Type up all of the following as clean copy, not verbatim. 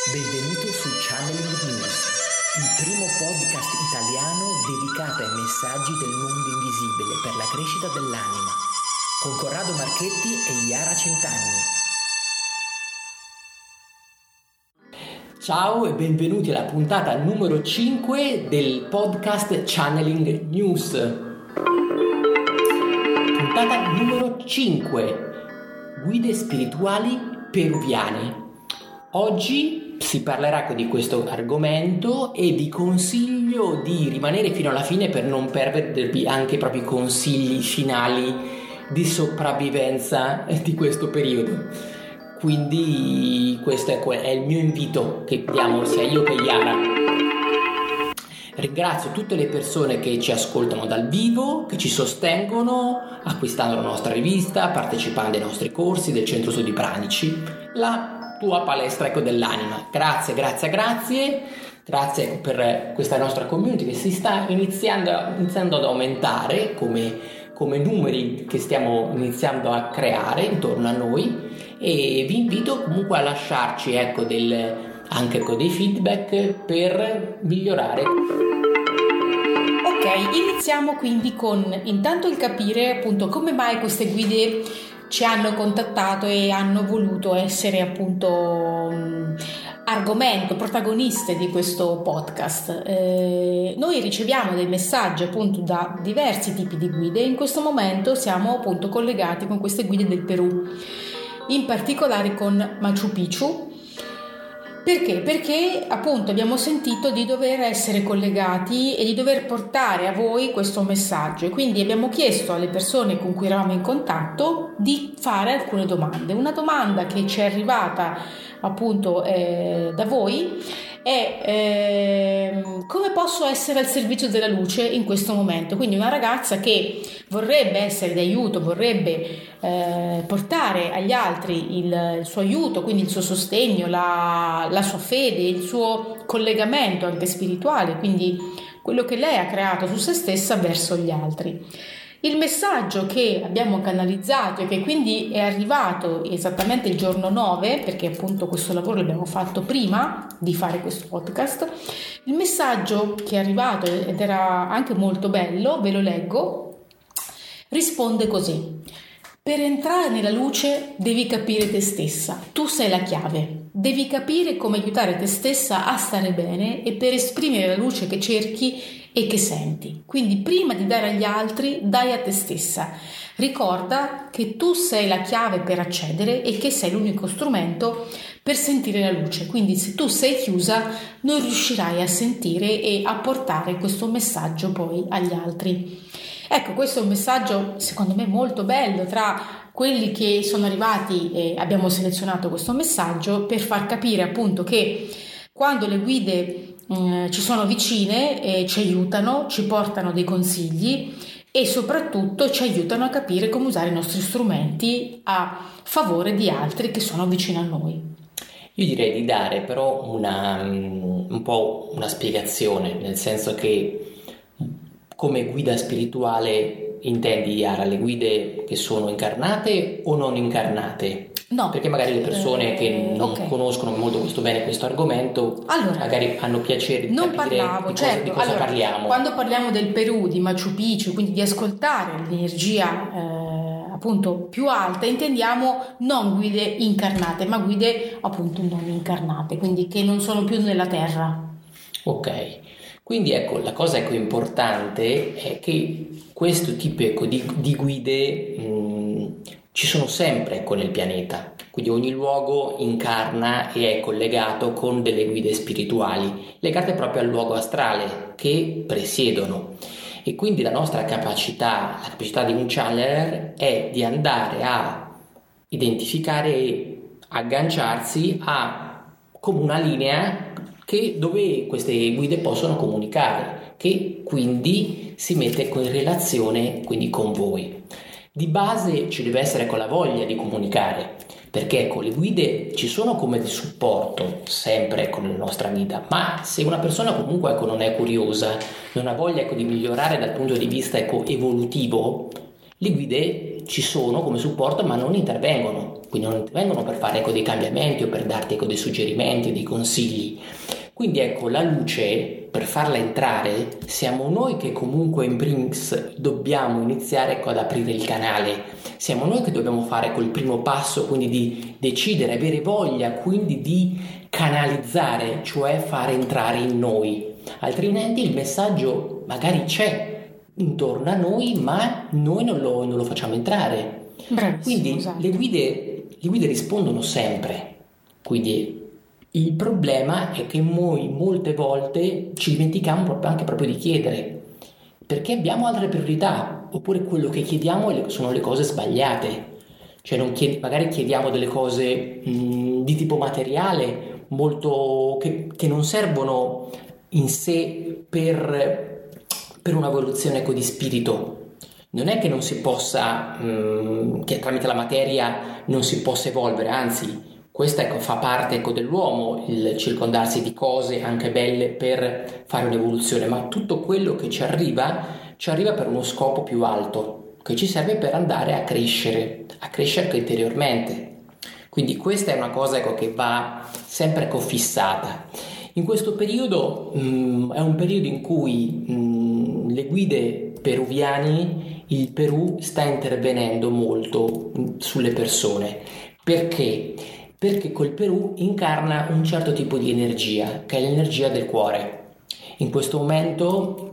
Benvenuto su Channeling News, il primo podcast italiano dedicato ai messaggi del mondo invisibile per la crescita dell'anima, con Corrado Marchetti e Yara Centanni. Ciao e benvenuti alla puntata numero 5 del podcast Channeling News. Puntata numero 5, guide spirituali peruviane. Oggi si parlerà di questo argomento e vi consiglio di rimanere fino alla fine per non perdervi anche i propri consigli finali di sopravvivenza di questo periodo. Quindi questo è il mio invito che diamo sia io che Yara. Ringrazio tutte le persone che ci ascoltano dal vivo, che ci sostengono acquistando la nostra rivista, partecipando ai nostri corsi del Centro Studi Pranici, la tua palestra dell'anima. Grazie per questa nostra community che si sta iniziando ad aumentare come numeri che stiamo iniziando a creare intorno a noi, e vi invito comunque a lasciarci anche dei feedback per migliorare. Ok, iniziamo quindi con intanto il capire appunto come mai queste guide ci hanno contattato e hanno voluto essere appunto argomento, protagoniste di questo podcast. Noi riceviamo dei messaggi appunto da diversi tipi di guide e in questo momento siamo appunto collegati con queste guide del Perù, in particolare con Machu Picchu. Perché? Perché appunto abbiamo sentito di dover essere collegati e di dover portare a voi questo messaggio, e quindi abbiamo chiesto alle persone con cui eravamo in contatto di fare alcune domande. Una domanda che ci è arrivata appunto da voi è come posso essere al servizio della luce in questo momento? Quindi una ragazza che vorrebbe essere di aiuto, vorrebbe portare agli altri il suo aiuto, quindi il suo sostegno, la sua fede, il suo collegamento anche spirituale, quindi quello che lei ha creato su se stessa verso gli altri. Il messaggio che abbiamo canalizzato e che quindi è arrivato esattamente il giorno 9, perché appunto questo lavoro l'abbiamo fatto prima di fare questo podcast, il messaggio che è arrivato ed era anche molto bello, ve lo leggo, risponde così: per entrare nella luce devi capire te stessa, tu sei la chiave, devi capire come aiutare te stessa a stare bene e per esprimere la luce che cerchi e che senti. Quindi prima di dare agli altri, dai a te stessa. Ricorda che tu sei la chiave per accedere e che sei l'unico strumento per sentire la luce. Quindi se tu sei chiusa non riuscirai a sentire e a portare questo messaggio poi agli altri. Ecco, questo è un messaggio secondo me molto bello. Tra quelli che sono arrivati abbiamo selezionato questo messaggio per far capire appunto che quando le guide ci sono vicine ci aiutano, ci portano dei consigli e soprattutto ci aiutano a capire come usare i nostri strumenti a favore di altri che sono vicini a noi. Io direi di dare però un po' una spiegazione, nel senso che come guida spirituale intendi, Yara, le guide che sono incarnate o non incarnate? No. Perché magari le persone che non conoscono molto bene questo argomento, magari hanno piacere di capire di cosa parliamo. Quando parliamo del Perù, di Machu Picchu, quindi di ascoltare l'energia appunto più alta, intendiamo non guide incarnate, ma guide appunto non incarnate, quindi che non sono più nella terra. Ok. Quindi ecco, la cosa importante è che questo tipo di guide ci sono sempre nel pianeta, quindi ogni luogo incarna e è collegato con delle guide spirituali legate proprio al luogo astrale che presiedono, e quindi la nostra capacità di un channeler è di andare a identificare e agganciarsi a come una linea dove queste guide possono comunicare, che quindi si mette in relazione quindi con voi. Di base ci deve essere la voglia di comunicare, perché le guide ci sono come di supporto sempre nella nostra vita, ma se una persona comunque non è curiosa, non ha voglia di migliorare dal punto di vista evolutivo, Le guide ci sono come supporto, ma non intervengono, quindi non intervengono per fare dei cambiamenti o per darti dei suggerimenti, dei consigli. Quindi la luce, per farla entrare, siamo noi che comunque in primis dobbiamo iniziare ad aprire il canale, siamo noi che dobbiamo fare quel primo passo, quindi di decidere, avere voglia, quindi di canalizzare, cioè fare entrare in noi, altrimenti il messaggio magari c'è intorno a noi, ma noi non lo facciamo entrare. Bravissimo, quindi esatto. le guide rispondono sempre, quindi il problema è che noi molte volte ci dimentichiamo proprio di chiedere, perché abbiamo altre priorità, oppure quello che chiediamo sono le cose sbagliate, cioè magari chiediamo delle cose di tipo materiale molto che non servono in sé per un'evoluzione di spirito. Non è che non si possa, che tramite la materia non si possa evolvere, anzi questa fa parte dell'uomo, il circondarsi di cose anche belle per fare un'evoluzione, ma tutto quello che ci arriva per uno scopo più alto, che ci serve per andare a crescere interiormente. Quindi questa è una cosa che va sempre fissata. In questo periodo è un periodo in cui le guide peruviani, il Perù sta intervenendo molto sulle persone. Perché? Perché col Perù incarna un certo tipo di energia, che è l'energia del cuore. In questo momento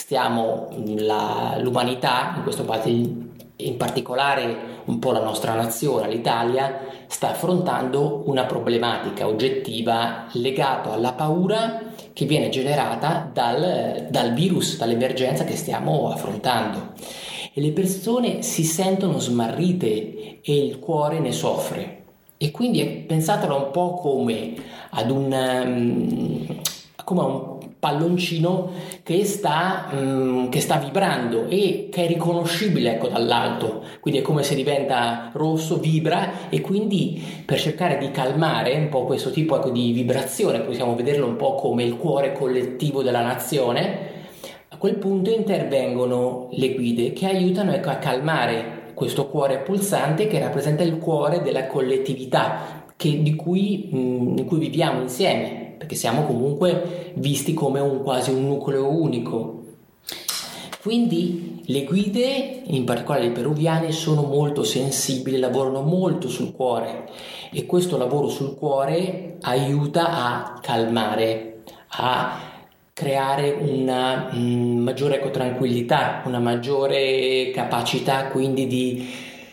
l'umanità, in particolare un po' la nostra nazione, l'Italia, sta affrontando una problematica oggettiva legata alla paura che viene generata dal virus, dall'emergenza che stiamo affrontando. E le persone si sentono smarrite e il cuore ne soffre. E quindi pensatelo un po' come a un palloncino che sta vibrando e che è riconoscibile dall'alto, quindi è come se diventa rosso, vibra, e quindi per cercare di calmare un po' questo tipo di vibrazione, possiamo vederlo un po' come il cuore collettivo della nazione. A quel punto intervengono le guide che aiutano a calmare questo cuore pulsante che rappresenta il cuore della collettività in cui viviamo insieme, perché siamo comunque visti come quasi un nucleo unico. Quindi le guide, in particolare le peruviane, sono molto sensibili, lavorano molto sul cuore, e questo lavoro sul cuore aiuta a calmare, a creare una maggiore tranquillità, una maggiore capacità quindi di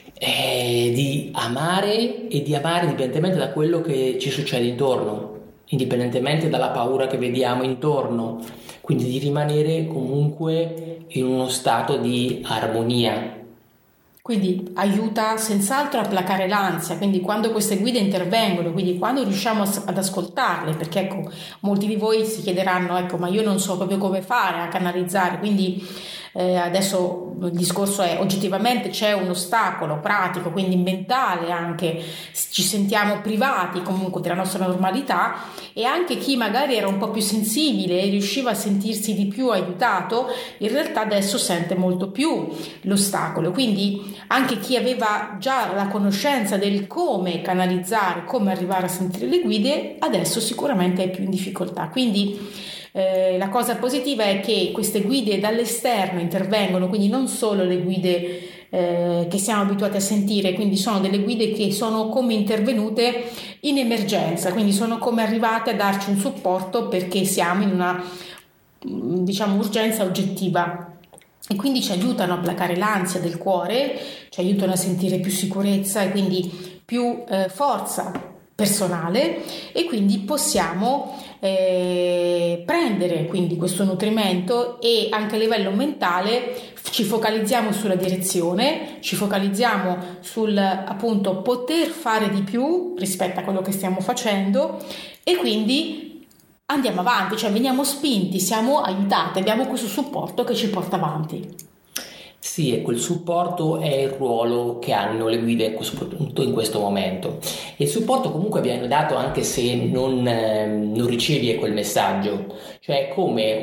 amare, e di amare indipendentemente da quello che ci succede intorno, indipendentemente dalla paura che vediamo intorno, quindi di rimanere comunque in uno stato di armonia. Quindi aiuta senz'altro a placare l'ansia, quindi quando queste guide intervengono, quindi quando riusciamo ad ascoltarle, perché molti di voi si chiederanno, ma io non so proprio come fare a canalizzare, quindi adesso il discorso è oggettivamente c'è un ostacolo pratico, quindi mentale anche, ci sentiamo privati comunque della nostra normalità, e anche chi magari era un po' più sensibile e riusciva a sentirsi di più aiutato, in realtà adesso sente molto più l'ostacolo, quindi anche chi aveva già la conoscenza del come canalizzare, come arrivare a sentire le guide, adesso sicuramente è più in difficoltà. Quindi la cosa positiva è che queste guide dall'esterno intervengono, quindi non solo le guide che siamo abituati a sentire, quindi sono delle guide che sono come intervenute in emergenza, quindi sono come arrivate a darci un supporto perché siamo in una urgenza oggettiva. E quindi ci aiutano a placare l'ansia del cuore, ci aiutano a sentire più sicurezza e quindi più forza personale, e quindi possiamo prendere quindi questo nutrimento, e anche a livello mentale ci focalizziamo sulla direzione, ci focalizziamo sul appunto poter fare di più rispetto a quello che stiamo facendo, e quindi andiamo avanti, cioè veniamo spinti, siamo aiutati, abbiamo questo supporto che ci porta avanti. Sì, ecco, il supporto è il ruolo che hanno le guide, soprattutto in questo momento. E il supporto comunque viene dato anche se non ricevi quel messaggio, cioè come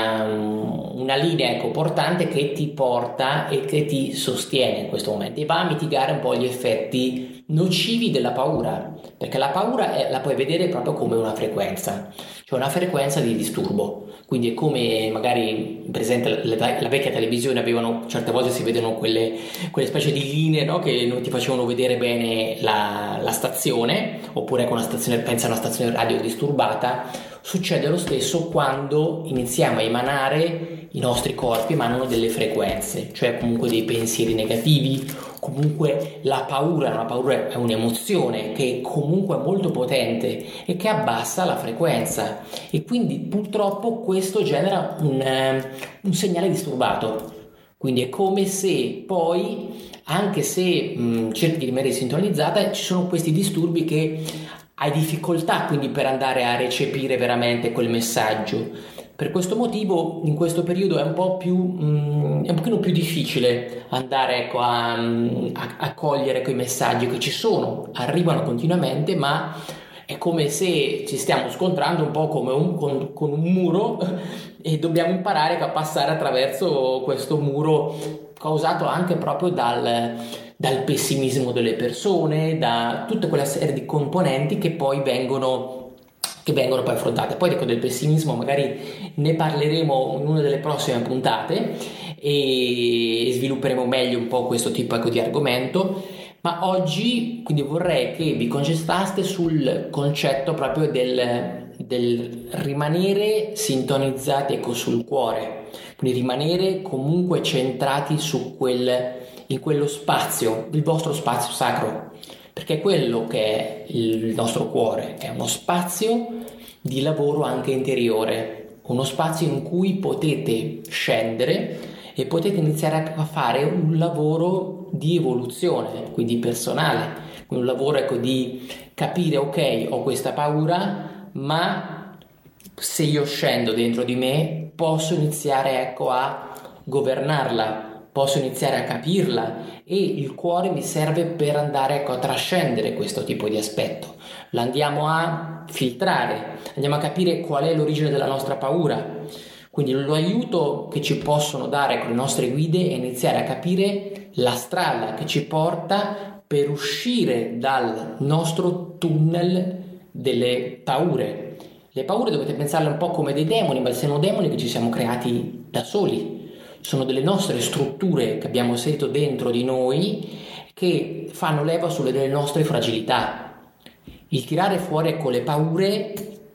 una linea, ecco, portante che ti porta e che ti sostiene in questo momento e va a mitigare un po' gli effetti nocivi della paura, perché la paura la puoi vedere proprio come una frequenza, cioè una frequenza di disturbo. Quindi è come magari presente la vecchia televisione, avevano certe volte si vedono quelle specie di linee, no? Che non ti facevano vedere bene la stazione, oppure con una stazione, pensa a una stazione radio disturbata. Succede lo stesso quando iniziamo a emanare, i nostri corpi emanano delle frequenze, cioè comunque dei pensieri negativi, comunque la paura è un'emozione che comunque è molto potente e che abbassa la frequenza, e quindi purtroppo questo genera un segnale disturbato. Quindi è come se poi, anche se cerchi di rimanere sintonizzata, ci sono questi disturbi che hai difficoltà quindi per andare a recepire veramente quel messaggio. Per questo motivo in questo periodo è un pochino più difficile andare, ecco, a cogliere quei messaggi che ci sono, arrivano continuamente, ma è come se ci stiamo scontrando un po' come con un muro e dobbiamo imparare a passare attraverso questo muro, causato anche proprio dal pessimismo delle persone, da tutta quella serie di componenti che poi vengono poi affrontate. Poi dico, del pessimismo magari ne parleremo in una delle prossime puntate e svilupperemo meglio un po' questo tipo di argomento, ma oggi quindi vorrei che vi concentraste sul concetto proprio del rimanere sintonizzati, ecco, sul cuore, quindi rimanere comunque centrati in quello spazio, il vostro spazio sacro, perché quello che è il nostro cuore è uno spazio di lavoro anche interiore, uno spazio in cui potete scendere e potete iniziare a fare un lavoro di evoluzione, quindi personale, un lavoro, ecco, di capire, ok, ho questa paura, ma se io scendo dentro di me posso iniziare, ecco, a governarla, posso iniziare a capirla, e il cuore mi serve per andare, ecco, a trascendere questo tipo di aspetto. Lo andiamo a filtrare, andiamo a capire qual è l'origine della nostra paura. Quindi l'aiuto che ci possono dare con le nostre guide è iniziare a capire la strada che ci porta per uscire dal nostro tunnel delle paure. Le paure dovete pensarle un po' come dei demoni, ma sono demoni che ci siamo creati da soli. Sono delle nostre strutture che abbiamo inserito dentro di noi che fanno leva sulle nostre fragilità. Il tirare fuori con le paure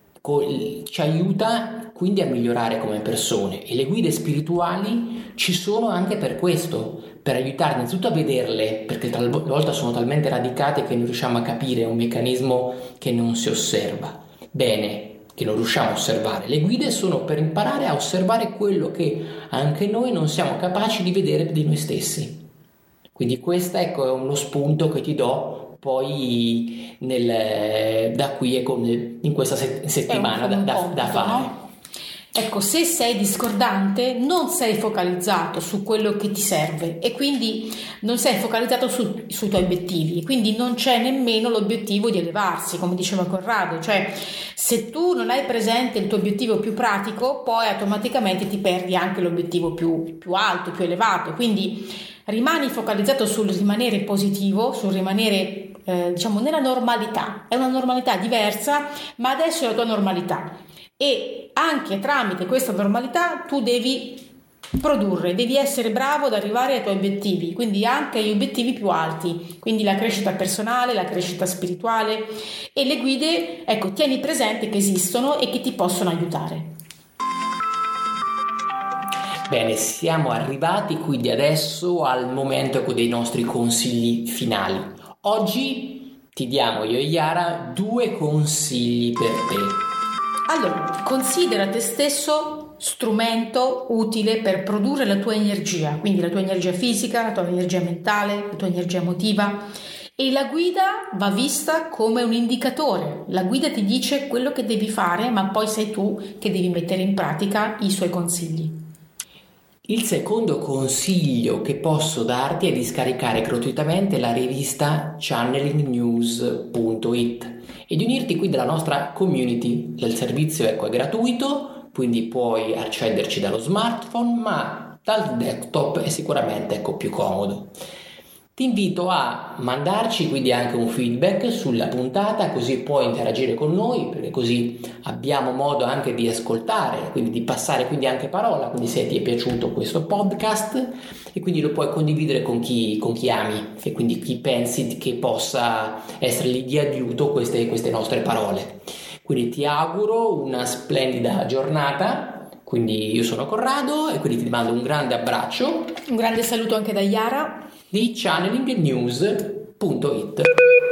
ci aiuta quindi a migliorare come persone, e le guide spirituali ci sono anche per questo, per aiutarci innanzitutto a vederle, perché talvolta sono talmente radicate che non riusciamo a capire, un meccanismo che non si osserva bene, che non riusciamo a osservare. Le guide sono per imparare a osservare quello che anche noi non siamo capaci di vedere di noi stessi. Quindi questo, ecco, è uno spunto che ti do poi da qui, ecco, in questa settimana da fare. No? Ecco, se sei discordante non sei focalizzato su quello che ti serve e quindi non sei focalizzato sui tuoi obiettivi, quindi non c'è nemmeno l'obiettivo di elevarsi, come diceva Corrado. Cioè, se tu non hai presente il tuo obiettivo più pratico, poi automaticamente ti perdi anche l'obiettivo più alto, più elevato. Quindi rimani focalizzato sul rimanere positivo, sul rimanere nella normalità. È una normalità diversa, ma adesso è la tua normalità. E anche tramite questa normalità tu devi produrre, devi essere bravo ad arrivare ai tuoi obiettivi, quindi anche agli obiettivi più alti, quindi la crescita personale, la crescita spirituale, e le guide, ecco, tieni presente che esistono e che ti possono aiutare. Bene, siamo arrivati quindi adesso al momento, ecco, dei nostri consigli finali. Oggi ti diamo, io e Yara, 2 consigli per te. Allora, considera te stesso strumento utile per produrre la tua energia, quindi la tua energia fisica, la tua energia mentale, la tua energia emotiva, e la guida va vista come un indicatore. La guida ti dice quello che devi fare, ma poi sei tu che devi mettere in pratica i suoi consigli. Il secondo consiglio che posso darti è di scaricare gratuitamente la rivista channelingnews.it e di unirti qui alla nostra community. Il servizio è gratuito, quindi puoi accederci dallo smartphone, ma dal desktop è sicuramente più comodo. Ti invito a mandarci quindi anche un feedback sulla puntata, così puoi interagire con noi, perché così abbiamo modo anche di ascoltare, quindi di passare quindi anche parola, quindi se ti è piaciuto questo podcast, e quindi lo puoi condividere con chi ami e quindi chi pensi che possa essergli di aiuto queste nostre parole. Quindi ti auguro una splendida giornata. Quindi io sono Corrado e quindi ti mando un grande abbraccio. Un grande saluto anche da Yara di channelingnews.it.